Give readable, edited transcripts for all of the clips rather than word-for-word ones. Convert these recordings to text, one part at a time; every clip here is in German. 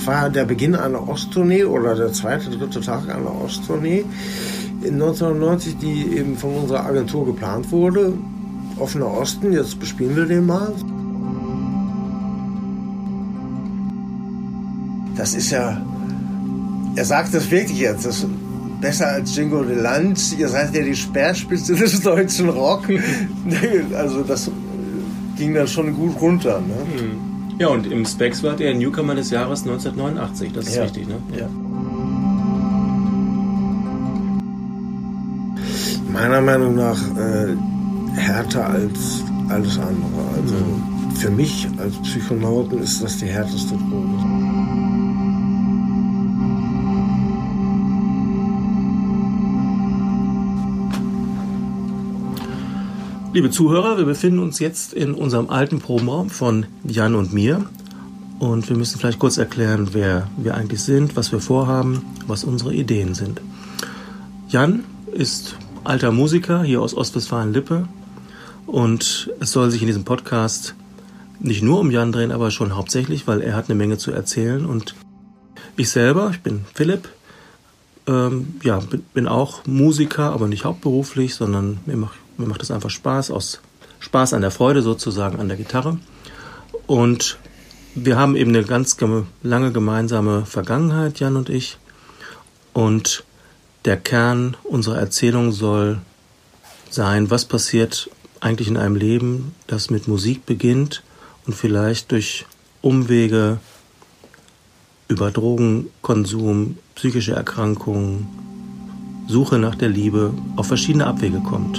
das war der Beginn einer Osttournee oder der zweite, dritte Tag einer Osttournee in 1990, die eben von unserer Agentur geplant wurde. Offener Osten, jetzt bespielen wir den mal. Das ist ja, er sagt das wirklich jetzt, das ist besser als Jingo de Land, ihr seid ja die Speerspitze des deutschen Rock. Also das ging dann schon gut runter. Ne? Ja, und im Spex war der Newcomer des Jahres 1989, das ist richtig, ne? Ja. Meiner Meinung nach härter als alles andere. Also für mich als Psychonauten ist das die härteste Droge. Liebe Zuhörer, wir befinden uns jetzt in unserem alten Probenraum von Jan und mir und wir müssen vielleicht kurz erklären, wer wir eigentlich sind, was wir vorhaben, was unsere Ideen sind. Jan ist alter Musiker hier aus Ostwestfalen-Lippe und es soll sich in diesem Podcast nicht nur um Jan drehen, aber schon hauptsächlich, weil er hat eine Menge zu erzählen und ich selber, ich bin Philipp, bin auch Musiker, aber nicht hauptberuflich, sondern mir macht es einfach Spaß, aus Spaß an der Freude sozusagen an der Gitarre. Und wir haben eben eine ganz lange gemeinsame Vergangenheit, Jan und ich. Und der Kern unserer Erzählung soll sein, was passiert eigentlich in einem Leben, das mit Musik beginnt und vielleicht durch Umwege über Drogenkonsum, psychische Erkrankungen, Suche nach der Liebe auf verschiedene Abwege kommt.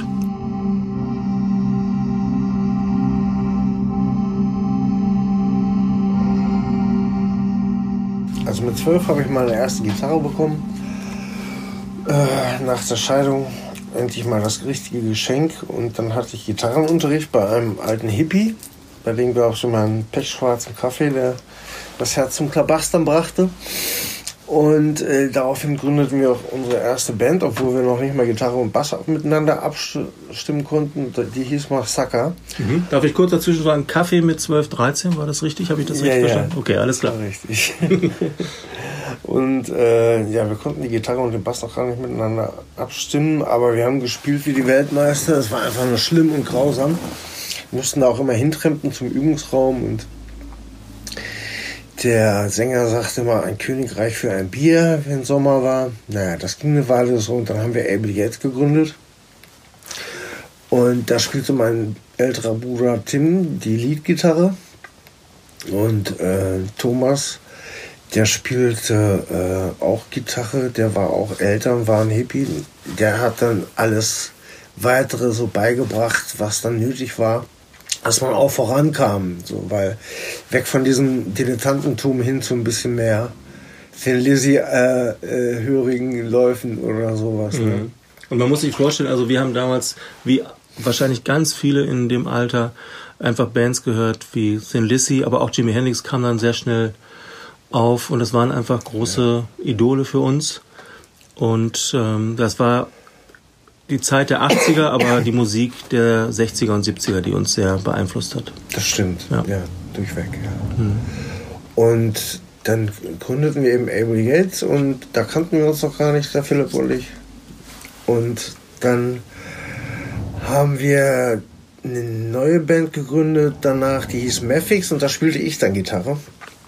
Also mit 12 habe ich meine erste Gitarre bekommen. Nach der Scheidung endlich mal das richtige Geschenk. Und dann hatte ich Gitarrenunterricht bei einem alten Hippie, bei dem wir auch schon mal einen pechschwarzen Kaffee, der das Herz zum Klabastern brachte. Und daraufhin gründeten wir auch unsere erste Band, obwohl wir noch nicht mal Gitarre und Bass miteinander abstimmen konnten. Die hieß Massaker. Darf ich kurz dazwischen sagen, Kaffee mit 12, 13, war das richtig? Habe ich das richtig verstanden? Ja. Okay, alles klar. Richtig. Und wir konnten die Gitarre und den Bass noch gar nicht miteinander abstimmen, aber wir haben gespielt wie die Weltmeister. Es war einfach nur schlimm und grausam. Wir mussten da auch immer hintrempen zum Übungsraum und der Sänger sagte immer, ein Königreich für ein Bier, wenn Sommer war. Naja, das ging eine Weile so und dann haben wir Able Yet gegründet. Und da spielte mein älterer Bruder Tim die Leadgitarre. Und Thomas, der spielte auch Gitarre, der war auch älter, war ein Hippie. Der hat dann alles Weitere so beigebracht, was dann nötig war, dass man auch vorankam, so, weil weg von diesem Dilettantentum hin zu ein bisschen mehr Thin Lizzy hörigen Läufen oder sowas. Ne? Und man muss sich vorstellen, also wir haben damals, wie wahrscheinlich ganz viele in dem Alter, einfach Bands gehört wie Thin Lizzy, aber auch Jimi Hendrix kam dann sehr schnell auf und das waren einfach große Idole für uns. Und das war die Zeit der 80er, aber die Musik der 60er und 70er, die uns sehr beeinflusst hat. Das stimmt, ja durchweg. Ja. Und dann gründeten wir eben Able Yet und da kannten wir uns noch gar nicht, der Philipp und ich. Und dann haben wir eine neue Band gegründet danach, die hieß Maffix und da spielte ich dann Gitarre.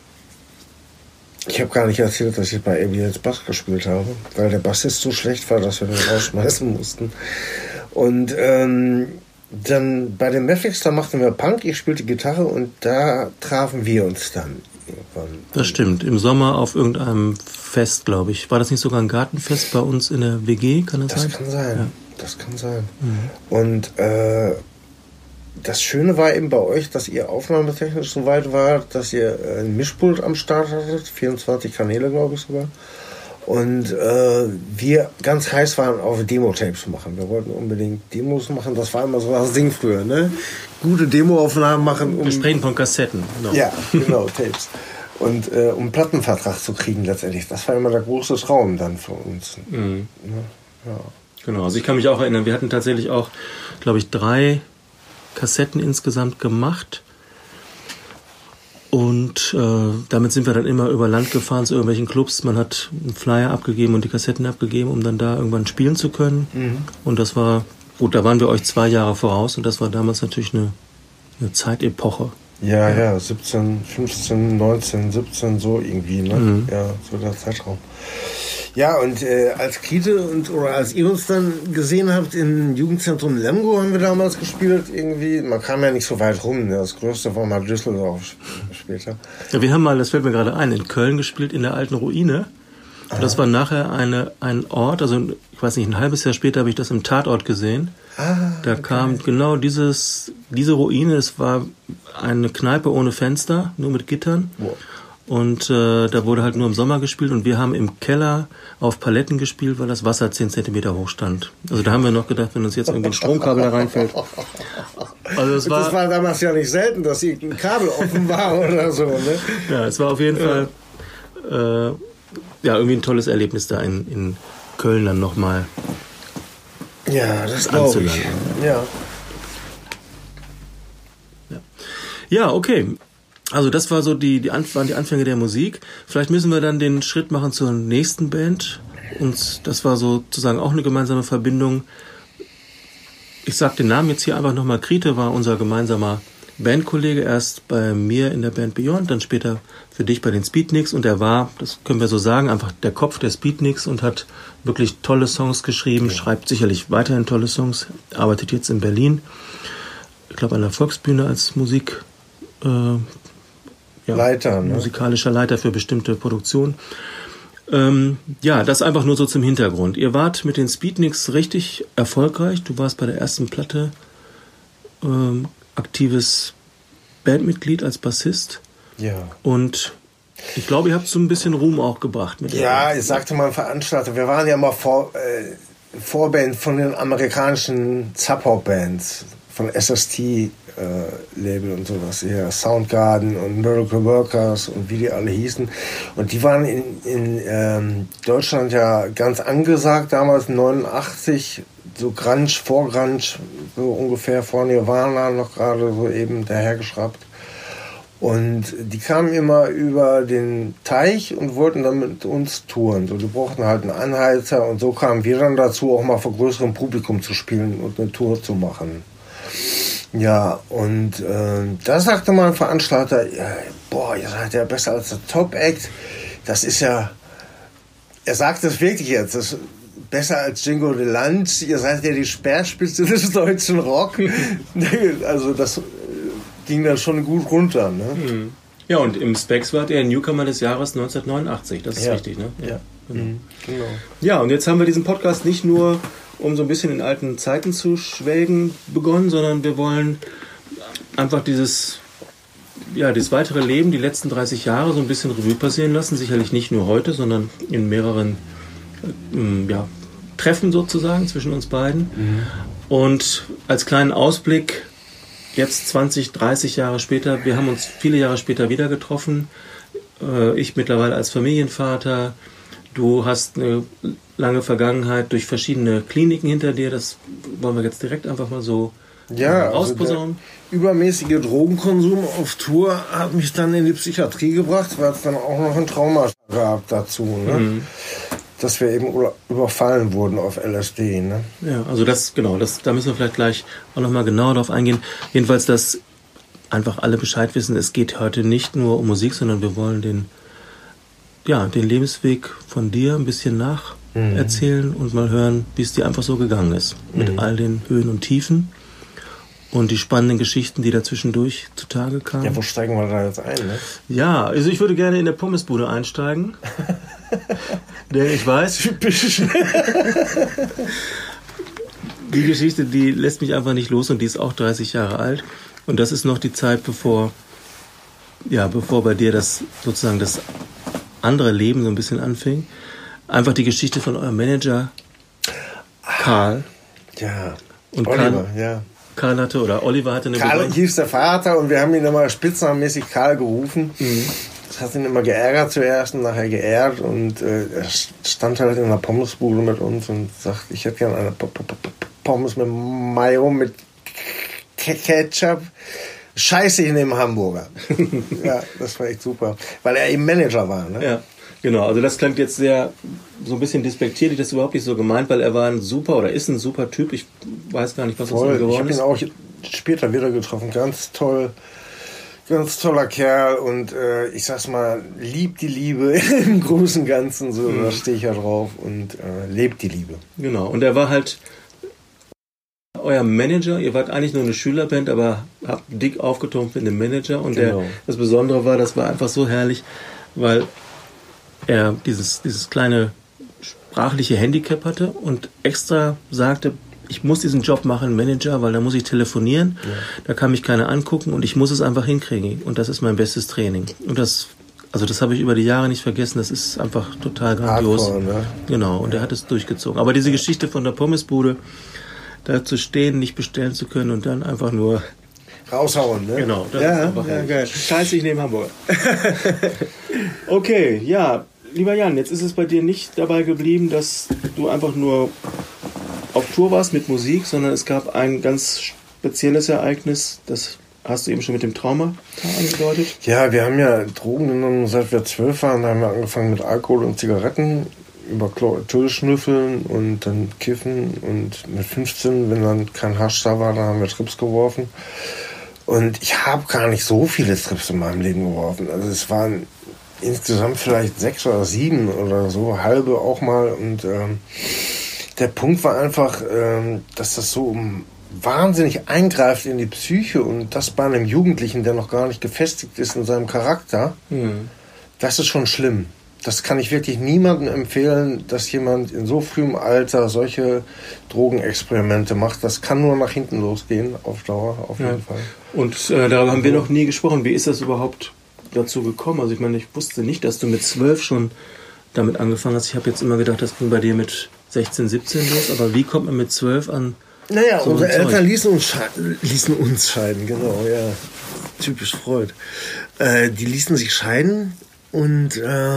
Ich habe gar nicht erzählt, dass ich bei Able Yet Bass gespielt habe, weil der Bassist so schlecht war, dass wir den rausschmeißen mussten. Und dann bei den Maffix, da machten wir Punk, ich spielte Gitarre und da trafen wir uns dann irgendwann. Das stimmt, im Sommer auf irgendeinem Fest, glaube ich. War das nicht sogar ein Gartenfest bei uns in der WG, kann das sein? Das kann sein, das kann sein. Und das Schöne war eben bei euch, dass ihr aufnahmetechnisch so weit wart, dass ihr ein Mischpult am Start hattet, 24 Kanäle, glaube ich sogar. Und wir ganz heiß waren, auf Demo-Tapes zu machen. Wir wollten unbedingt Demos machen. Das war immer so das Ding früher, ne? Gute Demo-Aufnahmen machen. Wir sprechen von Kassetten. Genau. Ja, genau, Tapes. Und um einen Plattenvertrag zu kriegen letztendlich. Das war immer der große Traum dann für uns. Ja. Genau, also ich kann mich auch erinnern, wir hatten tatsächlich auch, glaube ich, 3 Kassetten insgesamt gemacht. Und damit sind wir dann immer über Land gefahren zu irgendwelchen Clubs. Man hat einen Flyer abgegeben und die Kassetten abgegeben, um dann da irgendwann spielen zu können. Und das war, gut, da waren wir euch 2 Jahre voraus und das war damals natürlich eine Zeitepoche. Ja, 17, 15, 19, 17, so irgendwie, ne? Ja, so der Zeitraum. Ja, und als Kite oder als ihr uns dann gesehen habt im Jugendzentrum Lemgo, haben wir damals gespielt irgendwie. Man kam ja nicht so weit rum, ne? Das Größte war mal Düsseldorf später. Ja, wir haben mal, das fällt mir gerade ein, in Köln gespielt, in der alten Ruine. Und das war nachher ein Ort, also ich weiß nicht, ein halbes Jahr später habe ich das im Tatort gesehen. Da kam genau diese Ruine, es war eine Kneipe ohne Fenster, nur mit Gittern. Wow. Und da wurde halt nur im Sommer gespielt und wir haben im Keller auf Paletten gespielt, weil das Wasser 10 Zentimeter hoch stand. Also da haben wir noch gedacht, wenn uns jetzt irgendwie ein Stromkabel da reinfällt. Also das war damals ja nicht selten, dass irgendein Kabel offen war oder so, ne? Ja, es war auf jeden Fall irgendwie ein tolles Erlebnis da in Köln dann nochmal. Ja, das anzulangen. Ja, okay. Also das war so waren die Anfänge der Musik. Vielleicht müssen wir dann den Schritt machen zur nächsten Band. Und das war sozusagen auch eine gemeinsame Verbindung. Ich sag den Namen jetzt hier einfach nochmal. Krite war unser gemeinsamer Bandkollege. Erst bei mir in der Band Beyond, dann später für dich bei den Speedniks. Und er war, das können wir so sagen, einfach der Kopf der Speedniks und hat wirklich tolle Songs geschrieben. Schreibt sicherlich weiterhin tolle Songs. Arbeitet jetzt in Berlin. Ich glaube an der Volksbühne als Leiter, ne? Musikalischer Leiter für bestimmte Produktionen. Das einfach nur so zum Hintergrund. Ihr wart mit den Speedniks richtig erfolgreich. Du warst bei der ersten Platte aktives Bandmitglied als Bassist. Ja. Und ich glaube, ihr habt so ein bisschen Ruhm auch gebracht. Ich sagte mal Veranstalter, wir waren ja mal Vorband von den amerikanischen Zappa-Bands, von SST Label und sowas, ja, Soundgarden und Miracle Workers und wie die alle hießen. Und die waren in Deutschland ja ganz angesagt, damals 89, so Grunge, Vorgrunge, so ungefähr vor Nirvana noch gerade so eben dahergeschraubt. Und die kamen immer über den Teich und wollten dann mit uns touren. So, die brauchten halt einen Anheizer und so kamen wir dann dazu, auch mal vor größerem Publikum zu spielen und eine Tour zu machen. Ja, und da sagte mal ein Veranstalter, ihr seid ja besser als der Top-Act. Das ist ja, er sagt das wirklich jetzt, das ist besser als Jingo de Land. Ihr seid ja die Speerspitze des deutschen Rock. Also das ging dann schon gut runter, ne? Ja, und im Specs wart ihr Newcomer des Jahres 1989, das ist richtig, ne? Ja. Genau. Ja, und jetzt haben wir diesen Podcast nicht nur, um so ein bisschen in alten Zeiten zu schwelgen, begonnen, sondern wir wollen einfach dieses weitere Leben, die letzten 30 Jahre so ein bisschen Revue passieren lassen. Sicherlich nicht nur heute, sondern in mehreren Treffen sozusagen zwischen uns beiden. Und als kleinen Ausblick, jetzt 20, 30 Jahre später, wir haben uns viele Jahre später wieder getroffen. Ich mittlerweile als Familienvater. Du hast eine lange Vergangenheit durch verschiedene Kliniken hinter dir. Das wollen wir jetzt direkt einfach mal so rausposaunen. Also übermäßige Drogenkonsum auf Tour hat mich dann in die Psychiatrie gebracht, weil es dann auch noch ein Trauma gab dazu, ne? Dass wir eben überfallen wurden auf LSD. Ne? Ja, also da müssen wir vielleicht gleich auch nochmal genauer drauf eingehen. Jedenfalls, dass einfach alle Bescheid wissen, es geht heute nicht nur um Musik, sondern wir wollen den Lebensweg von dir ein bisschen nacherzählen und mal hören, wie es dir einfach so gegangen ist. Mit all den Höhen und Tiefen und die spannenden Geschichten, die da zwischendurch zutage kamen. Ja, wo steigen wir da jetzt ein, ne? Ja, also ich würde gerne in der Pommesbude einsteigen. Denn ich weiß, typisch. Die Geschichte, die lässt mich einfach nicht los und die ist auch 30 Jahre alt. Und das ist noch die Zeit, bevor bei dir das andere Leben so ein bisschen anfing. Einfach die Geschichte von eurem Manager Karl. Ja. Und Oliver, ja. Oliver hatte eine Karl hieß der Vater und wir haben ihn immer spitznamenmäßig Karl gerufen. Das hat ihn immer geärgert zuerst und nachher geehrt und er stand halt in einer Pommesbude mit uns und sagt, ich hätte gerne eine Pommes mit Mayo, mit Ketchup, Scheiße in dem Hamburger. Ja, das war echt super. Weil er eben Manager war, ne? Ja, genau. Also das klingt jetzt sehr so ein bisschen despektierlich, das ist überhaupt nicht so gemeint, weil er war ein super oder ist ein super Typ. Ich weiß gar nicht, was aus ihm geworden ist. Ich habe ihn auch später wieder getroffen. Ganz toll. Ganz toller Kerl und ich sag's mal, liebt die Liebe im Großen und Ganzen, so, da stehe ich ja drauf und lebt die Liebe. Genau, und er war halt euer Manager, ihr wart eigentlich nur eine Schülerband, aber habt dick aufgetrumpft in dem Manager und Genau. das Besondere war, das war einfach so herrlich, weil er dieses kleine sprachliche Handicap hatte und extra sagte, ich muss diesen Job machen, Manager, weil da muss ich telefonieren, da kann mich keiner angucken und ich muss es einfach hinkriegen und das ist mein bestes Training. Und das habe ich über die Jahre nicht vergessen, das ist einfach total grandios. Hardcore, ne? Genau, und er hat es durchgezogen. Aber diese Geschichte von der Pommesbude, da zu stehen, nicht bestellen zu können und dann einfach nur raushauen, ne? Genau, das ist einfach geil. Scheiße, ich nehme Hamburg. Okay, ja, lieber Jan, jetzt ist es bei dir nicht dabei geblieben, dass du einfach nur auf Tour warst mit Musik, sondern es gab ein ganz spezielles Ereignis, das hast du eben schon mit dem Trauma angedeutet. Ja, wir haben ja Drogen genommen, seit wir 12 waren, da haben wir angefangen mit Alkohol und Zigaretten, über Chlorophyll schnüffeln und dann kiffen und mit 15, wenn dann kein Hasch da war, dann haben wir Trips geworfen. Und ich habe gar nicht so viele Trips in meinem Leben geworfen. Also es waren insgesamt vielleicht 6 oder 7 oder so, halbe auch mal und der Punkt war einfach, dass das so wahnsinnig eingreift in die Psyche und das bei einem Jugendlichen, der noch gar nicht gefestigt ist in seinem Charakter, das ist schon schlimm. Das kann ich wirklich niemandem empfehlen, dass jemand in so frühem Alter solche Drogenexperimente macht. Das kann nur nach hinten losgehen, auf Dauer, auf jeden Fall. Und darüber haben wir noch nie gesprochen. Wie ist das überhaupt dazu gekommen? Also ich meine, ich wusste nicht, dass du mit 12 schon damit angefangen hast. Ich habe jetzt immer gedacht, das ging bei dir mit 16, 17 los, aber wie kommt man mit 12 an? Naja, so unsere Eltern ließen uns scheiden, genau, ja. Typisch Freud. Die ließen sich scheiden und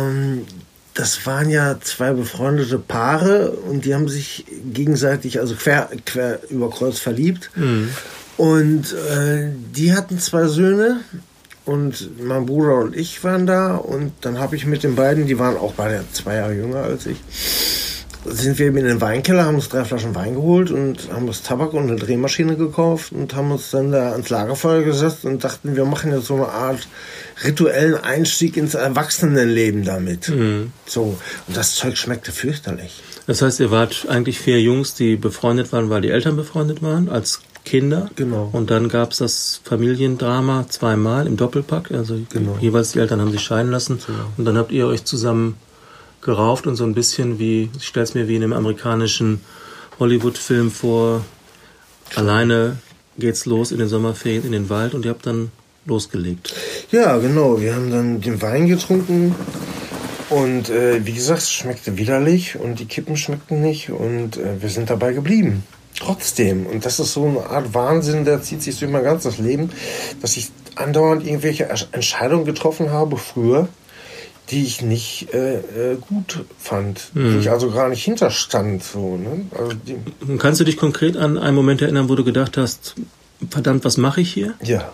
das waren ja 2 befreundete Paare und die haben sich gegenseitig, also quer über Kreuz verliebt. Und die hatten 2 Söhne und mein Bruder und ich waren da und dann habe ich mit den beiden, die waren auch beide 2 Jahre jünger als ich, sind wir eben in den Weinkeller, haben uns 3 Flaschen Wein geholt und haben uns Tabak und eine Drehmaschine gekauft und haben uns dann da ans Lagerfeuer gesetzt und dachten, wir machen jetzt so eine Art rituellen Einstieg ins Erwachsenenleben damit. So. Und das Zeug schmeckte fürchterlich. Das heißt, ihr wart eigentlich 4 Jungs, die befreundet waren, weil die Eltern befreundet waren, als Kinder. Genau. Und dann gab es das Familiendrama 2-mal im Doppelpack. Also jeweils die Eltern haben sich scheiden lassen. Genau. Und dann habt ihr euch zusammen gerauft und so ein bisschen wie, ich stelle es mir wie in einem amerikanischen Hollywood-Film vor, alleine geht's los in den Sommerferien in den Wald und ihr habt dann losgelegt. Ja, genau. Wir haben dann den Wein getrunken und wie gesagt, es schmeckte widerlich und die Kippen schmeckten nicht und wir sind dabei geblieben. Trotzdem. Und das ist so eine Art Wahnsinn, der zieht sich durch mein ganzes Leben, dass ich andauernd irgendwelche Entscheidungen getroffen habe früher, die ich nicht gut fand, die ich also gar nicht hinterstand. So, ne? Also Kannst du dich konkret an einen Moment erinnern, wo du gedacht hast, verdammt, was mache ich hier? Ja.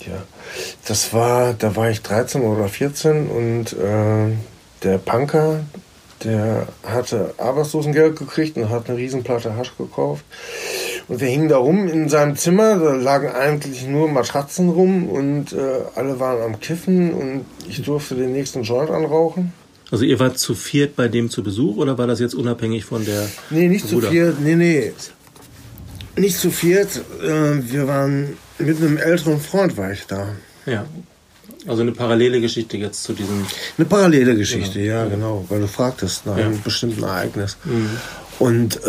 Da war ich 13 oder 14 und der Punker, der hatte Arbeitslosengeld gekriegt und hat eine Riesenplatte Hasch gekauft. Und wir hingen da rum in seinem Zimmer, da lagen eigentlich nur Matratzen rum und alle waren am Kiffen und ich durfte den nächsten Joint anrauchen. Also ihr wart zu 4 bei dem zu Besuch oder war das jetzt unabhängig von der Nee, nicht Bruder? Zu 4, nee. Nicht zu 4, wir waren mit einem älteren Freund war ich da. Ja. Also eine parallele Geschichte jetzt zu diesem... Eine parallele Geschichte, ja, genau, weil du fragtest nach einem bestimmten Ereignis. Und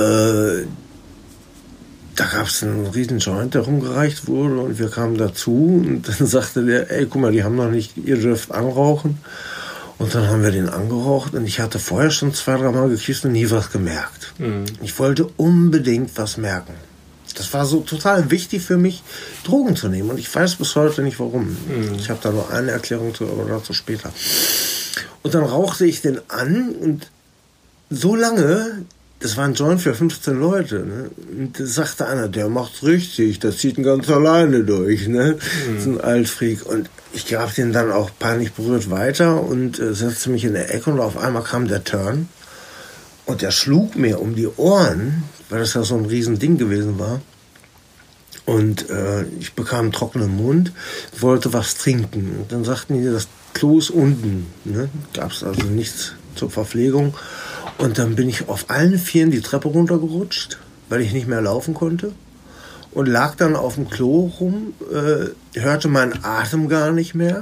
da gab es einen riesen Joint, der rumgereicht wurde und wir kamen dazu und dann sagte der, ey, guck mal, die haben noch nicht, ihr dürft anrauchen. Und dann haben wir den angeraucht und ich hatte vorher schon 2-3 Mal gekifft und nie was gemerkt. Ich wollte unbedingt was merken. Das war so total wichtig für mich, Drogen zu nehmen. Und ich weiß bis heute nicht, warum. Ich habe da nur eine Erklärung zu, aber dazu später. Und dann rauchte ich den an und so lange, das war ein Joint für 15 Leute. Ne? Und da sagte einer, der macht's richtig, das zieht ihn ganz alleine durch. Ne? So ein Altfreak. Und ich gab den dann auch peinlich berührt weiter und setzte mich in der Ecke und auf einmal kam der Turn und der schlug mir um die Ohren, weil das ja so ein Riesending gewesen war. Und ich bekam einen trockenen Mund, wollte was trinken. Und dann sagten die, das Klo ist unten. Ne? Gab es also nichts zur Verpflegung. Und dann bin ich auf allen Vieren die Treppe runtergerutscht, weil ich nicht mehr laufen konnte. Und lag dann auf dem Klo rum, hörte meinen Atem gar nicht mehr.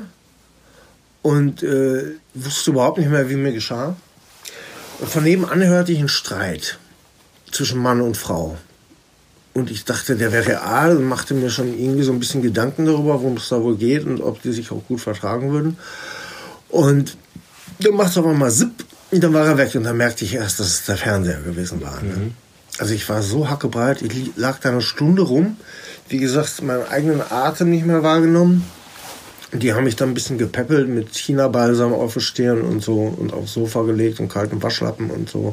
Und wusste überhaupt nicht mehr, wie mir geschah. Und von nebenan hörte ich einen Streit zwischen Mann und Frau. Und ich dachte, der wäre real und machte mir schon irgendwie so ein bisschen Gedanken darüber, worum es da wohl geht und ob die sich auch gut vertragen würden. Und dann macht es auf einmal Zipp und dann war er weg. Und dann merkte ich erst, dass es der Fernseher gewesen war. Ne? Also ich war so hackebreit, ich lag da eine Stunde rum. Wie gesagt, meinen eigenen Atem nicht mehr wahrgenommen. Die haben mich dann ein bisschen gepäppelt mit China-Balsam auf die Stirn und so und aufs Sofa gelegt und kalten Waschlappen und so.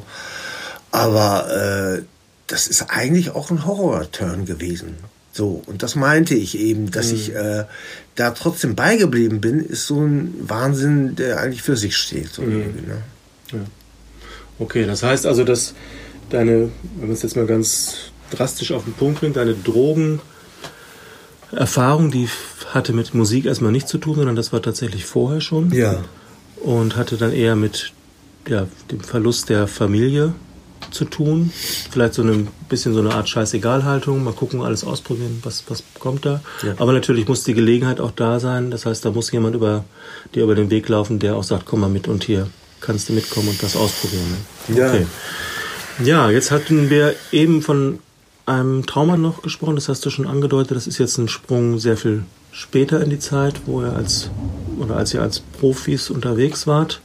Aber das ist eigentlich auch ein Horror-Turn gewesen. So, und das meinte ich eben, dass ich da trotzdem beigeblieben bin, ist so ein Wahnsinn, der eigentlich für sich steht. So irgendwie, ne? Ja. Okay, das heißt also, dass wenn man es jetzt mal ganz drastisch auf den Punkt bringt, deine Drogenerfahrung, die hatte mit Musik erstmal nichts zu tun, sondern das war tatsächlich vorher schon. Ja. Und hatte dann eher mit dem Verlust der Familie zu tun. Vielleicht so ein bisschen so eine Art Scheißegal-Haltung. Mal gucken, alles ausprobieren, was kommt da. Ja. Aber natürlich muss die Gelegenheit auch da sein. Das heißt, da muss jemand dir über den Weg laufen, der auch sagt, komm mal mit und hier kannst du mitkommen und das ausprobieren. Ne? Ja. Okay. Ja, jetzt hatten wir eben von einem Trauma noch gesprochen. Das hast du schon angedeutet. Das ist jetzt ein Sprung sehr viel später in die Zeit, als ihr als Profis unterwegs wart.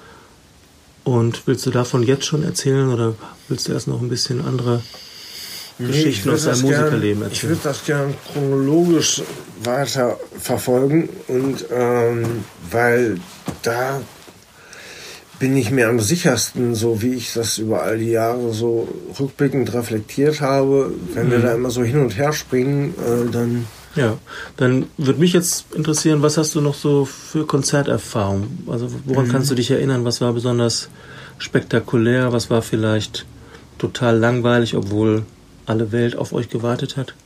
Und willst du davon jetzt schon erzählen oder willst du erst noch ein bisschen andere Geschichten aus deinem Musikerleben erzählen? Ich würde das gerne chronologisch weiter verfolgen und weil da bin ich mir am sichersten, so wie ich das über all die Jahre so rückblickend reflektiert habe. Wenn wir da immer so hin und her springen, dann... Ja, dann würde mich jetzt interessieren, was hast du noch so für Konzerterfahrung? Also woran kannst du dich erinnern? Was war besonders spektakulär? Was war vielleicht total langweilig, obwohl alle Welt auf euch gewartet hat?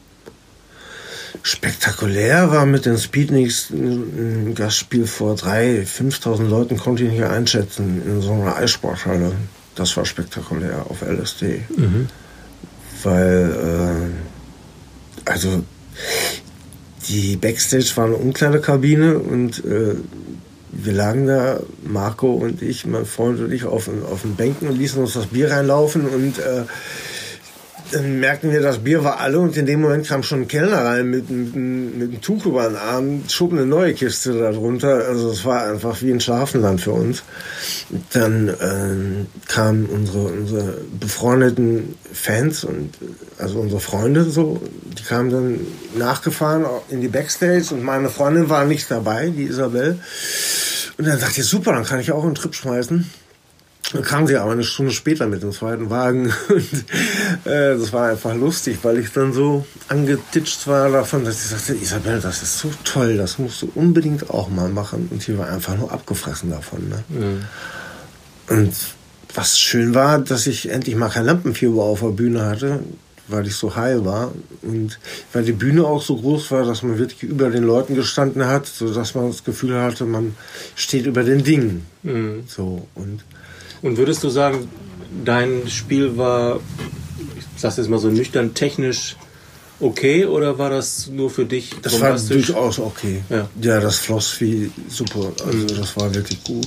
Spektakulär war mit den Speedniks ein Gastspiel vor 3.000, 5.000 Leuten, konnte ich nicht einschätzen, in so einer Eissporthalle. Das war spektakulär auf LSD. Weil, also die Backstage war eine Umkleidekabine und wir lagen da, Marco und ich, mein Freund und ich, auf den Bänken und ließen uns das Bier reinlaufen und dann merkten wir, das Bier war alle und in dem Moment kam schon ein Kellner rein mit einem Tuch über den Arm, schob eine neue Kiste da drunter. Also es war einfach wie ein Schlafenland für uns. Dann kamen unsere befreundeten Fans und also unsere Freunde so, die kamen dann nachgefahren in die Backstage und meine Freundin war nicht dabei, die Isabel. Und dann dachte ich, super, dann kann ich auch einen Trip schmeißen. Dann kam sie aber eine Stunde später mit dem zweiten Wagen und das war einfach lustig, weil ich dann so angetitscht war davon, dass ich sagte, Isabel, das ist so toll, das musst du unbedingt auch mal machen. Und sie war einfach nur abgefressen davon. Ne? Und was schön war, dass ich endlich mal kein Lampenfieber auf der Bühne hatte, weil ich so high war und weil die Bühne auch so groß war, dass man wirklich über den Leuten gestanden hat, sodass man das Gefühl hatte, man steht über den Dingen. So, und würdest du sagen, dein Spiel war, ich sag's jetzt mal so nüchtern, technisch okay oder war das nur für dich? Das war durchaus okay. Ja, das floss wie super. Also das war wirklich gut.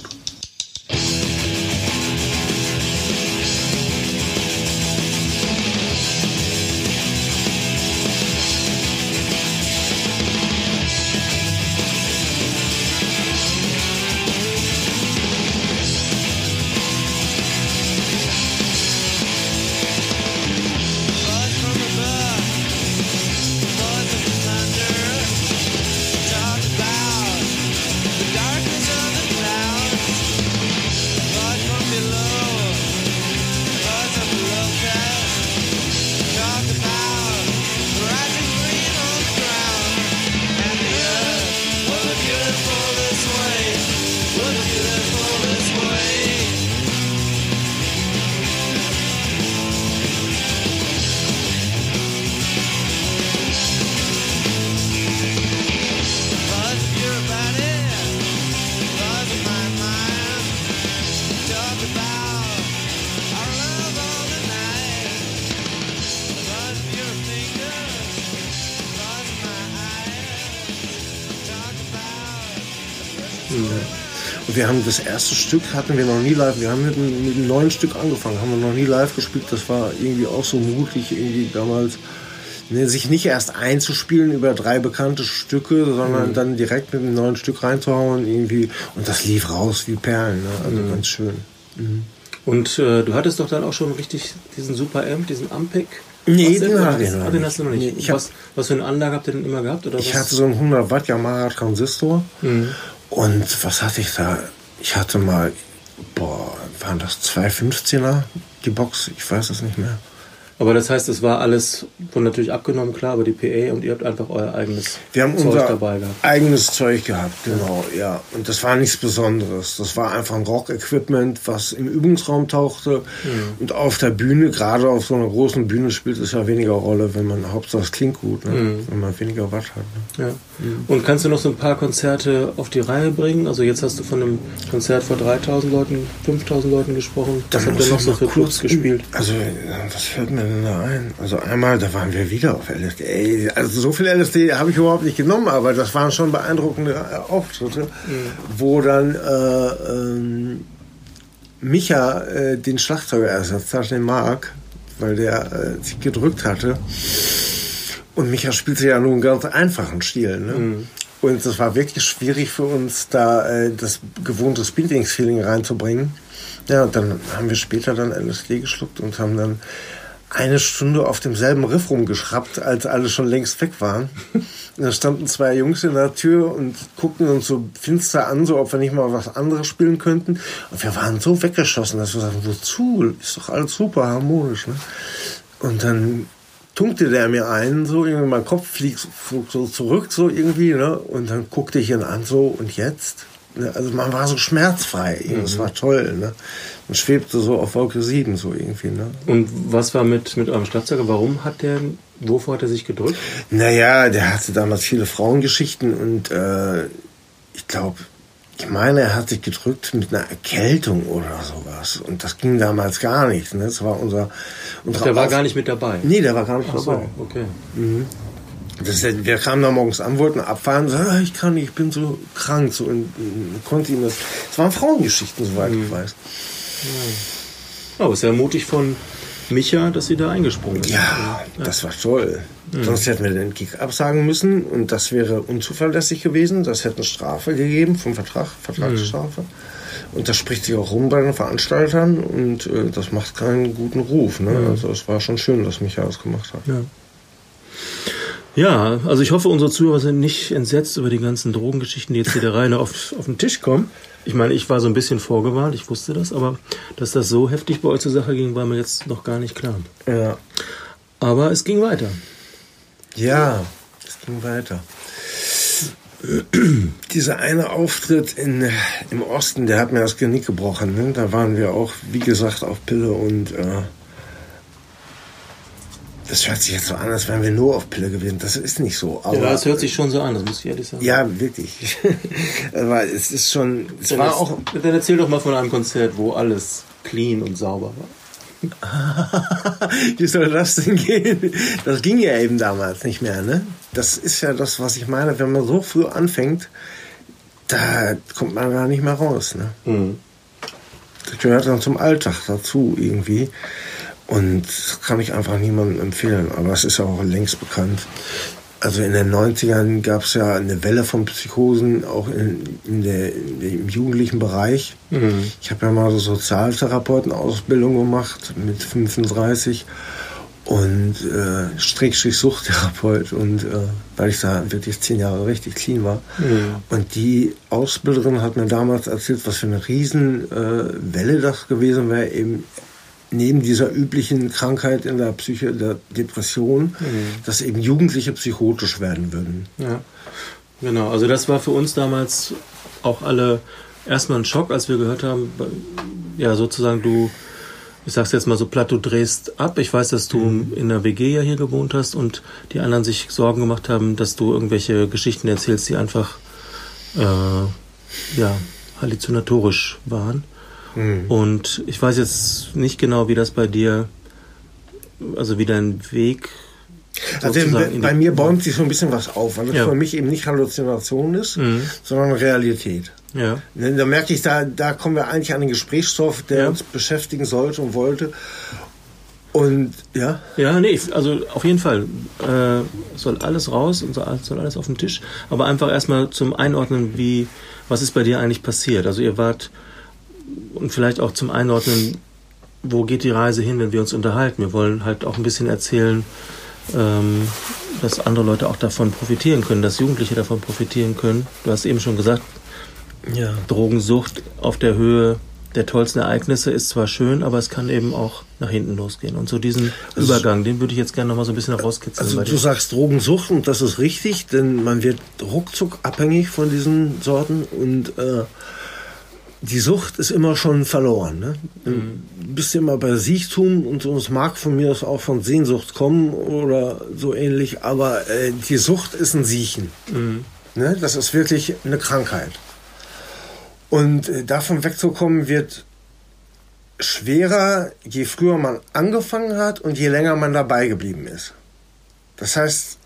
Darkness of the clouds. Und wir haben das erste Stück, hatten wir noch nie live, wir haben mit einem neuen Stück angefangen, haben wir noch nie live gespielt, das war irgendwie auch so mutig irgendwie damals, ne, sich nicht erst einzuspielen über 3 bekannte Stücke, sondern dann direkt mit einem neuen Stück reinzuhauen irgendwie, und das lief raus wie Perlen, ne? Also ganz schön. Und du hattest doch dann auch schon richtig diesen Super Amp, diesen Ampeg. Nee, den hast du noch nicht. Nee, was für eine Anlage habt ihr denn immer gehabt? Oder ich hatte so einen 100 Watt Yamaha Transistor. Und was hatte ich da? Ich hatte mal, waren das 215er, die Box? Ich weiß es nicht mehr. Aber das heißt, es war alles von natürlich abgenommen, klar, aber die PA, und ihr habt einfach euer eigenes Zeug dabei gehabt. Eigenes Zeug gehabt, genau, ja. Und das war nichts Besonderes. Das war einfach ein Rock-Equipment, was im Übungsraum tauchte. Und auf der Bühne, gerade auf so einer großen Bühne, spielt es ja weniger Rolle, wenn man, Hauptsache es klingt gut, ne? Wenn man weniger Watt hat. Ne? Ja. Und kannst du noch so ein paar Konzerte auf die Reihe bringen? Also jetzt hast du von einem Konzert vor 3.000 Leuten, 5.000 Leuten gesprochen. Was habt ihr noch so für Clubs gespielt? Also, was fällt mir denn da ein? Also einmal, da waren wir wieder auf LSD. Also so viel LSD habe ich überhaupt nicht genommen, aber das waren schon beeindruckende Auftritte, wo dann Micha den Schlagzeuger ersetzt hat, den Marc, weil der sich gedrückt hatte. Und Micha spielte ja nur einen ganz einfachen Stil. Ne? Und es war wirklich schwierig für uns, da das gewohnte Speedings-Feeling reinzubringen. Ja, und dann haben wir später dann LSD geschluckt und haben dann 1 Stunde auf demselben Riff rumgeschraubt, als alle schon längst weg waren. Und da standen 2 Jungs in der Tür und guckten uns so finster an, so ob wir nicht mal was anderes spielen könnten. Und wir waren so weggeschossen, dass wir sagten, wozu? Ist doch alles super harmonisch. Ne? Und dann tunkte der mir ein, so irgendwie mein Kopf flog so zurück, so irgendwie, ne? Und dann guckte ich ihn an, so, und jetzt? Also man war so schmerzfrei, das war toll, ne? Man schwebte so auf Wolke 7, so irgendwie, ne? Und was war mit eurem Schlagzeuger? Wovor hat er sich gedrückt? Naja, der hatte damals viele Frauengeschichten und ich meine, er hat sich gedrückt mit einer Erkältung oder sowas. Und das ging damals gar nicht, ne? Das war unser der war gar nicht mit dabei? Nee, der war gar nicht dabei. So, okay. Wir kamen da morgens an, wollten abfahren, so, ich kann nicht, ich bin so krank, so, und konnte ihm das. Es waren Frauengeschichten, soweit ich weiß. Oh, ist ja mutig von Micha, dass sie da eingesprungen sind. Ja, das war toll. Sonst hätten wir den Gig absagen müssen und das wäre unzuverlässig gewesen. Das hätte eine Strafe gegeben vom Vertragsstrafe. Und das spricht sich auch rum bei den Veranstaltern und das macht keinen guten Ruf. Ne? Also es war schon schön, dass Micha das gemacht hat. Ja, also ich hoffe, unsere Zuhörer sind nicht entsetzt über die ganzen Drogengeschichten, die jetzt hier der Reihe auf den Tisch kommen. Ich meine, ich war so ein bisschen vorgewarnt, ich wusste das, aber dass das so heftig bei euch zur Sache ging, war mir jetzt noch gar nicht klar. Ja. Aber es ging weiter. Ja, es ging weiter. Dieser eine Auftritt im Osten, der hat mir das Genick gebrochen. Ne? Da waren wir auch, wie gesagt, auf Pille und das hört sich jetzt so an, als wären wir nur auf Pille gewesen. Das ist nicht so. Aber, ja, das hört sich schon so an, das muss ich ehrlich sagen. Ja, wirklich. Aber es ist schon... Dann erzähl doch mal von einem Konzert, wo alles clean und sauber war. Wie soll das denn gehen? Das ging ja eben damals nicht mehr, ne? Das ist ja das, was ich meine. Wenn man so früh anfängt, da kommt man gar nicht mehr raus, ne? Das gehört dann zum Alltag dazu irgendwie. Und das kann ich einfach niemandem empfehlen. Aber es ist ja auch längst bekannt. Also in den 90ern gab es ja eine Welle von Psychosen, auch im jugendlichen Bereich. Ich habe ja mal so Sozialtherapeutenausbildung gemacht mit 35 und Suchttherapeut. Und weil ich da wirklich 10 Jahre richtig clean war. Und die Ausbilderin hat mir damals erzählt, was für eine Riesenwelle das gewesen wäre, eben neben dieser üblichen Krankheit in der Psyche, der Depression, dass eben Jugendliche psychotisch werden würden. Ja, genau. Also das war für uns damals auch alle erstmal ein Schock, als wir gehört haben, ja sozusagen ich sag's jetzt mal so platt, du drehst ab. Ich weiß, dass du in der WG ja hier gewohnt hast und die anderen sich Sorgen gemacht haben, dass du irgendwelche Geschichten erzählst, die einfach halluzinatorisch waren. Und ich weiß jetzt nicht genau, wie das bei dir, also wie dein Weg Also bei mir bäumt sich so ein bisschen was auf, weil das für mich eben nicht Halluzination ist, sondern Realität. Ja. Da merke ich, da kommen wir eigentlich an den Gesprächsstoff, der uns beschäftigen sollte und wollte. Und ja? Ja, nee, also auf jeden Fall soll alles raus und soll alles auf den Tisch. Aber einfach erstmal zum Einordnen, was ist bei dir eigentlich passiert? Also ihr wart, und vielleicht auch zum Einordnen, wo geht die Reise hin, wenn wir uns unterhalten? Wir wollen halt auch ein bisschen erzählen, dass andere Leute auch davon profitieren können, dass Jugendliche davon profitieren können. Du hast eben schon gesagt, Drogensucht auf der Höhe der tollsten Ereignisse ist zwar schön, aber es kann eben auch nach hinten losgehen. Und so diesen Übergang, den würde ich jetzt gerne noch mal so ein bisschen herauskitzeln. Also du sagst Drogensucht und das ist richtig, denn man wird ruckzuck abhängig von diesen Sorten und die Sucht ist immer schon verloren. Ne? Du bist ja immer bei Siechtum und so. Es mag von mir auch von Sehnsucht kommen oder so ähnlich, aber die Sucht ist ein Siechen. Ne? Das ist wirklich eine Krankheit. Und davon wegzukommen wird schwerer, je früher man angefangen hat und je länger man dabei geblieben ist. Das heißt,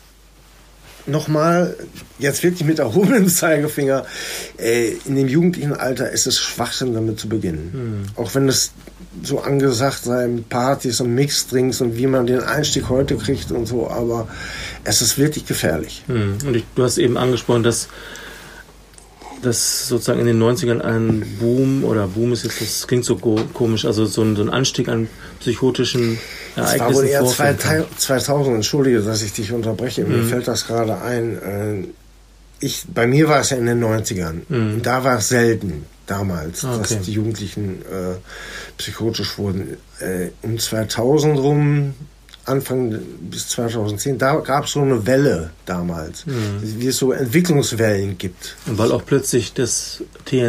nochmal, jetzt wirklich mit erhobenem Zeigefinger, in dem jugendlichen Alter ist es Schwachsinn, damit zu beginnen. Auch wenn es so angesagt sei mit Partys und Mixdrinks und wie man den Einstieg heute kriegt und so, aber es ist wirklich gefährlich. Und du hast eben angesprochen, dass sozusagen in den 90ern ein Boom ist jetzt, das klingt so komisch, also so ein Anstieg an psychotischen Ereignissen. Das war wohl eher 2000, entschuldige, dass ich dich unterbreche, mir fällt das gerade ein. Bei mir war es ja in den 90ern. Und da war es selten damals, dass die Jugendlichen psychotisch wurden. Um 2000 rum, Anfang bis 2010, da gab es so eine Welle damals, wie es so Entwicklungswellen gibt. Und weil auch plötzlich dieses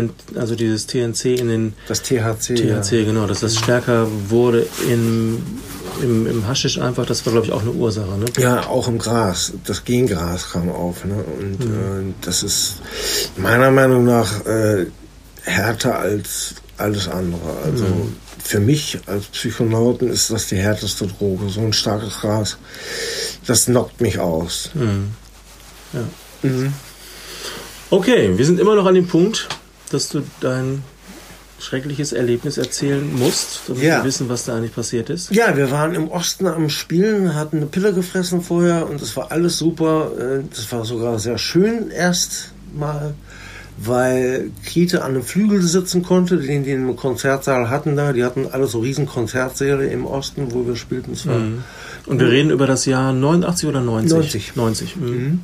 TNC in den... Das THC, genau, dass das stärker wurde im Haschisch einfach, das war, glaube ich, auch eine Ursache, ne? Ja, auch im Gras. Das Gengras kam auf, ne? Und das ist meiner Meinung nach härter als alles andere. Also für mich als Psychonauten ist das die härteste Droge. So ein starkes Gras, das knockt mich aus. Ja. Okay, wir sind immer noch an dem Punkt, dass du dein schreckliches Erlebnis erzählen musst, damit wir wissen, was da eigentlich passiert ist. Ja, wir waren im Osten am Spielen, hatten eine Pille gefressen vorher und es war alles super. Das war sogar sehr schön erstmal, weil Kriete an einem Flügel sitzen konnte, den die im Konzertsaal hatten da. Die hatten alle so riesen Konzertsäle im Osten, wo wir spielten. Und wir reden über das Jahr 89 oder 90? 90.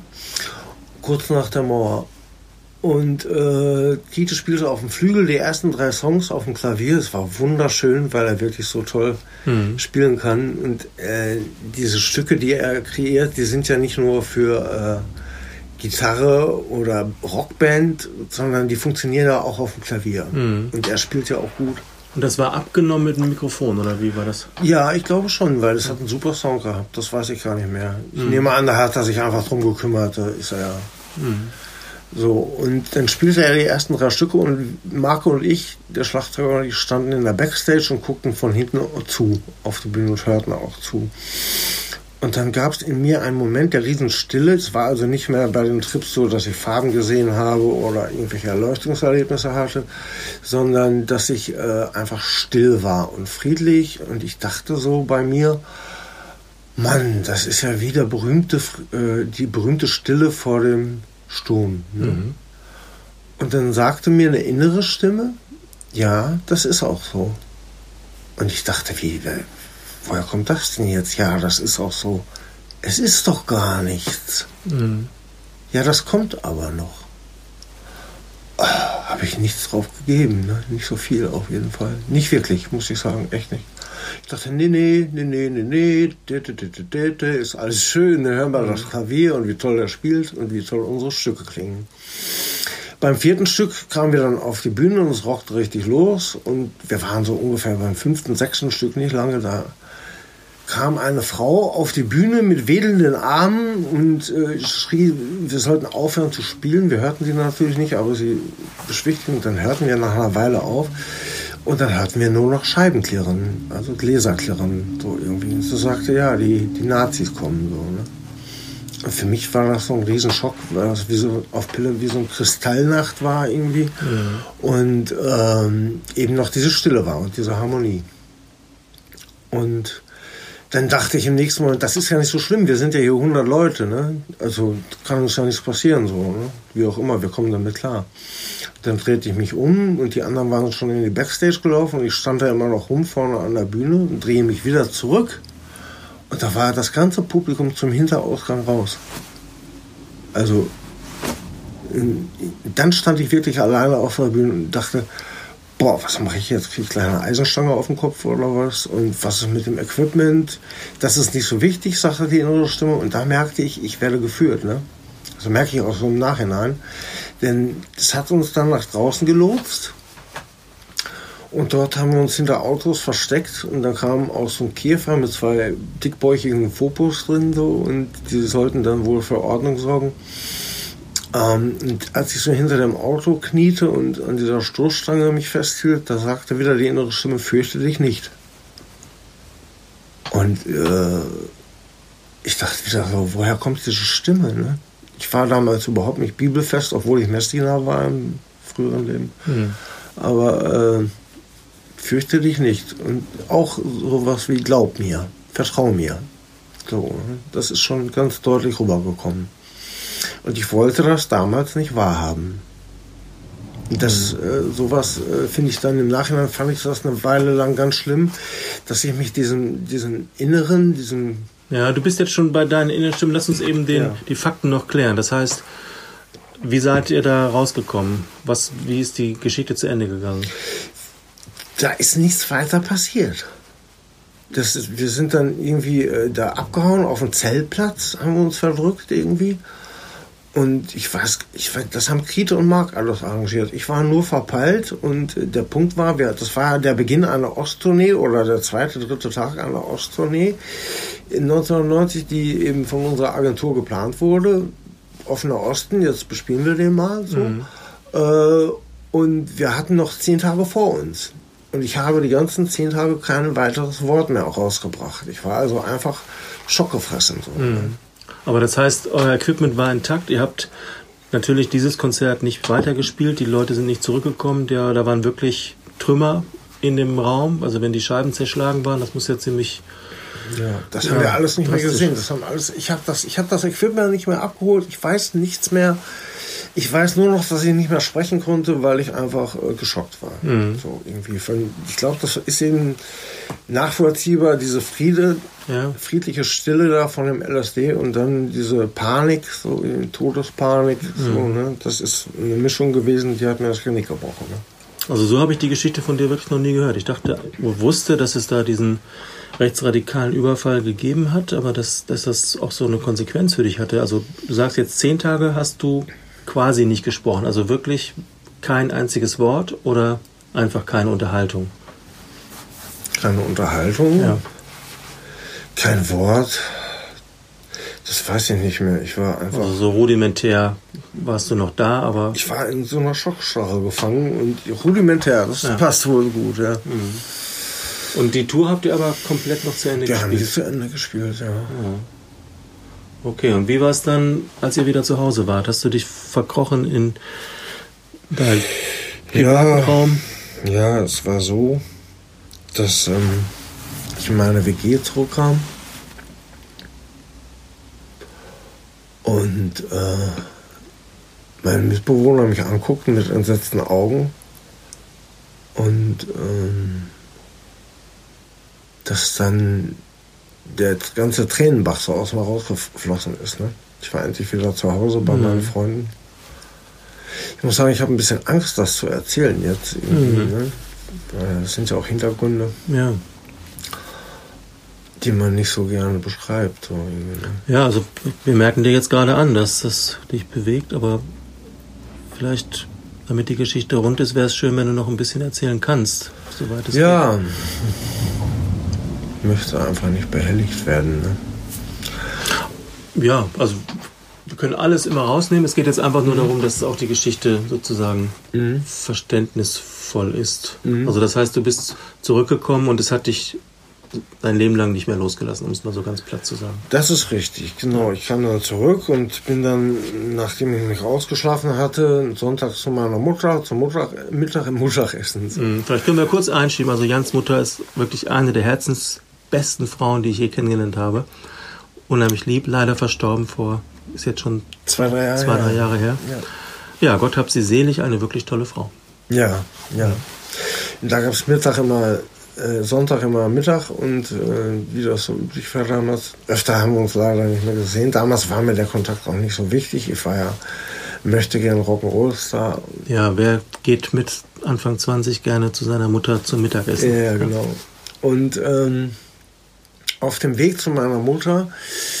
Kurz nach der Mauer. Und Kriete spielte auf dem Flügel die ersten 3 Songs auf dem Klavier. Es war wunderschön, weil er wirklich so toll spielen kann. Und diese Stücke, die er kreiert, die sind ja nicht nur für Gitarre oder Rockband, sondern die funktionieren ja auch auf dem Klavier. Und er spielt ja auch gut. Und das war abgenommen mit einem Mikrofon, oder wie war das? Ja, ich glaube schon, weil es hat einen super Sound gehabt. Das weiß ich gar nicht mehr. Ich nehme an, da hat er sich einfach drum gekümmert. Ist er ja. So, und dann spielte er die ersten 3 Stücke und Marco und ich, der Schlagzeuger, die standen in der Backstage und guckten von hinten zu, auf die Bühne und hörten auch zu. Und dann gab es in mir einen Moment der Riesenstille. Es war also nicht mehr bei den Trips so, dass ich Farben gesehen habe oder irgendwelche Erleuchtungserlebnisse hatte, sondern dass ich einfach still war und friedlich. Und ich dachte so bei mir, Mann, das ist ja wie die berühmte Stille vor dem Sturm. Ne? Und dann sagte mir eine innere Stimme, ja, das ist auch so. Und ich dachte, woher kommt das denn jetzt? Ja, das ist auch so. Es ist doch gar nichts. Ja, das kommt aber noch. Habe ich nichts drauf gegeben, ne? Nicht so viel auf jeden Fall. Nicht wirklich, muss ich sagen, echt nicht. Ich dachte, nee, ist alles schön, dann hören wir das Klavier und wie toll er spielt und wie toll unsere Stücke klingen. Beim 4. Stück kamen wir dann auf die Bühne und es rockte richtig los und wir waren so ungefähr beim 5., 6. Stück, nicht lange da. Kam eine Frau auf die Bühne mit wedelnden Armen und schrie, wir sollten aufhören zu spielen. Wir hörten sie natürlich nicht, aber sie beschwichtigten und dann hörten wir nach einer Weile auf. Und dann hatten wir nur noch Scheibenklirren, also Gläserklirren, so irgendwie. Und so sagte, ja, die Nazis kommen, so, ne? Und für mich war das so ein Riesenschock, weil das wie so auf Pille wie so eine Kristallnacht war irgendwie. Ja. Und eben noch diese Stille war und diese Harmonie. Und dann dachte ich im nächsten Moment, das ist ja nicht so schlimm, wir sind ja hier 100 Leute, ne? Also kann uns ja nichts passieren, so, ne? Wie auch immer, wir kommen damit klar. Dann drehte ich mich um und die anderen waren schon in die Backstage gelaufen und ich stand da immer noch rum vorne an der Bühne und drehe mich wieder zurück. Und da war das ganze Publikum zum Hinterausgang raus. Also, dann stand ich wirklich alleine auf der Bühne und dachte, boah, was mache ich jetzt? Kriege ich gleich eine Eisenstange auf den Kopf oder was? Und was ist mit dem Equipment? Das ist nicht so wichtig, sagte die innere Stimme. Und da merkte ich werde geführt, ne? Also merke ich auch so im Nachhinein. Denn es hat uns dann nach draußen gelotst. Und dort haben wir uns hinter Autos versteckt und dann kam auch so ein Käfer mit 2 dickbäuchigen Fopos drin so, und die sollten dann wohl für Ordnung sorgen. Und als ich so hinter dem Auto kniete und an dieser Stoßstange mich festhielt, da sagte wieder die innere Stimme, fürchte dich nicht. Und ich dachte wieder so, woher kommt diese Stimme? Ne? Ich war damals überhaupt nicht bibelfest, obwohl ich Messdiener war im früheren Leben. Aber fürchte dich nicht. Und auch sowas wie glaub mir, vertrau mir. So, das ist schon ganz deutlich rübergekommen. Und ich wollte das damals nicht wahrhaben. Das, sowas finde ich dann im Nachhinein, fand ich das eine Weile lang ganz schlimm, dass ich mich diesen inneren, Ja, du bist jetzt schon bei deinen inneren Stimmen. Lass uns eben die Fakten noch klären. Das heißt, wie seid ihr da rausgekommen? Wie ist die Geschichte zu Ende gegangen? Da ist nichts weiter passiert. Wir sind dann irgendwie da abgehauen auf dem Zeltplatz, haben wir uns verdrückt irgendwie. Und ich weiß, das haben Krite und Mark alles arrangiert. Ich war nur verpeilt und der Punkt war, das war der Beginn einer Osttournee oder der 2., 3. Tag einer Osttournee in 1990, die eben von unserer Agentur geplant wurde. Offener Osten, jetzt bespielen wir den mal so. Und wir hatten noch 10 Tage vor uns. Und ich habe die ganzen 10 Tage kein weiteres Wort mehr rausgebracht. Ich war also einfach schockgefressen. So. Aber das heißt, euer Equipment war intakt. Ihr habt natürlich dieses Konzert nicht weitergespielt. Die Leute sind nicht zurückgekommen. Da waren wirklich Trümmer in dem Raum. Also wenn die Scheiben zerschlagen waren, das muss ja ziemlich... Ja, das haben wir alles nicht mehr gesehen. Ich habe das Equipment nicht mehr abgeholt. Ich weiß nichts mehr. Ich weiß nur noch, dass ich nicht mehr sprechen konnte, weil ich einfach geschockt war. So irgendwie. Ich glaube, das ist eben nachvollziehbar, diese friedliche Stille da von dem LSD und dann diese Panik, so Todespanik. So, ne? Das ist eine Mischung gewesen, die hat mir das Genick gebrochen. Ne? Also so habe ich die Geschichte von dir wirklich noch nie gehört. Ich wusste, dass es da diesen rechtsradikalen Überfall gegeben hat, aber dass das auch so eine Konsequenz für dich hatte. Also du sagst jetzt 10 Tage hast du quasi nicht gesprochen, also wirklich kein einziges Wort oder einfach keine Unterhaltung? Keine Unterhaltung? Ja. Kein Wort? Das weiß ich nicht mehr. Ich war einfach... Also so rudimentär warst du noch da, aber... Ich war in so einer Schockstarre gefangen und rudimentär, das passt wohl gut, ja. Und die Tour habt ihr aber komplett noch zu Ende gespielt? Ja, haben die zu Ende gespielt, ja. Okay, und wie war es dann, als ihr wieder zu Hause wart? Hast du dich verkrochen in deinem Raum? Ja, es war so, dass ich in meine WG zurückkam und mein Mitbewohner mich anguckte mit entsetzten Augen und dass dann der ganze Tränenbach so aus mir rausgeflossen ist. Ne? Ich war endlich wieder zu Hause bei meinen Freunden. Ich muss sagen, ich habe ein bisschen Angst, das zu erzählen jetzt. Ne? Weil das sind ja auch Hintergründe, die man nicht so gerne beschreibt. So ne? Ja, also wir merken dir jetzt gerade an, dass das dich bewegt, aber vielleicht, damit die Geschichte rund ist, wäre es schön, wenn du noch ein bisschen erzählen kannst, soweit es geht. Ich möchte einfach nicht behelligt werden. Ne? Ja, also Wir können alles immer rausnehmen. Es geht jetzt einfach nur darum, dass auch die Geschichte sozusagen verständnisvoll ist. Also das heißt, du bist zurückgekommen und es hat dich dein Leben lang nicht mehr losgelassen, um es mal so ganz platt zu sagen. Das ist richtig, genau. Ich kam dann zurück und bin dann, nachdem ich mich ausgeschlafen hatte, sonntags zu meiner Mutter, zum Mittag im Mittagessen. Vielleicht können wir kurz einschieben. Also Jans Mutter ist wirklich eine der herzensbesten Frauen, die ich je kennengelernt habe. Unheimlich lieb, leider verstorben ist jetzt schon 2-3 Jahre her. Ja, Gott hab sie selig, eine wirklich tolle Frau. Ja. Und da gab es Sonntag immer Mittag und wie das so üblich war damals, öfter haben wir uns leider nicht mehr gesehen. Damals war mir der Kontakt auch nicht so wichtig. Ich war ja, möchte gern Rock'n'Roll-Star. Ja, wer geht mit Anfang 20 gerne zu seiner Mutter zum Mittagessen? Ja, genau. Und auf dem Weg zu meiner Mutter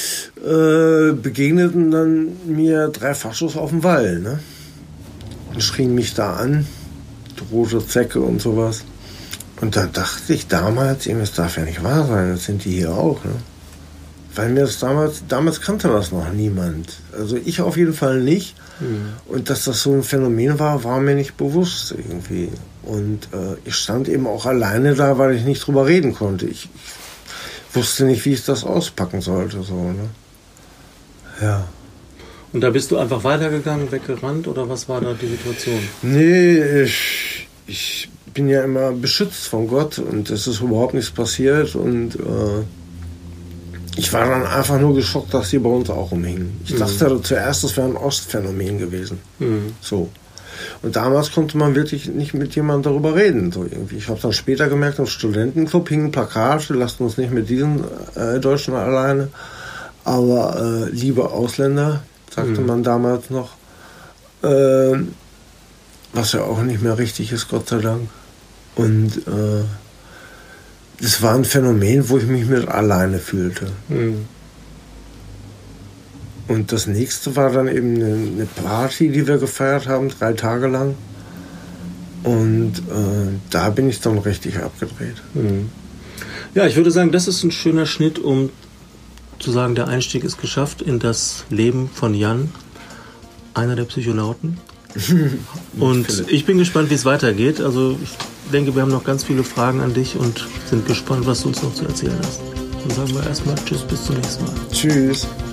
begegneten dann mir 3 Faschos auf dem Wall, ne? Und schrien mich da an, rote Zecke und sowas. Und da dachte ich damals, das darf ja nicht wahr sein, das sind die hier auch, ne? Weil mir das damals kannte das noch niemand. Also ich auf jeden Fall nicht. Und dass das so ein Phänomen war mir nicht bewusst irgendwie. Und ich stand eben auch alleine da, weil ich nicht drüber reden konnte. Ich wusste nicht, wie ich das auspacken sollte, so, ne? Ja. Und da bist du einfach weitergegangen, weggerannt oder was war da die Situation? Nee, ich bin ja immer beschützt von Gott und es ist überhaupt nichts passiert und ich war dann einfach nur geschockt, dass die bei uns auch umhingen. Ich dachte zuerst, das wäre ein Ostphänomen gewesen. So. Und damals konnte man wirklich nicht mit jemandem darüber reden. So irgendwie. Ich habe dann später gemerkt, im Studentenclub hingen Plakate, lasst uns nicht mit diesen Deutschen alleine. Aber liebe Ausländer, sagte man damals noch, was ja auch nicht mehr richtig ist, Gott sei Dank. Und das war ein Phänomen, wo ich mich mit alleine fühlte. Und das nächste war dann eben eine Party, die wir gefeiert haben, 3 Tage lang. Und da bin ich dann richtig abgedreht. Ja, ich würde sagen, das ist ein schöner Schnitt, um zu sagen, der Einstieg ist geschafft in das Leben von Jan, einer der Psychonauten. Und ich bin gespannt, wie es weitergeht. Also ich denke, wir haben noch ganz viele Fragen an dich und sind gespannt, was du uns noch zu erzählen hast. Dann sagen wir erstmal Tschüss, bis zum nächsten Mal. Tschüss.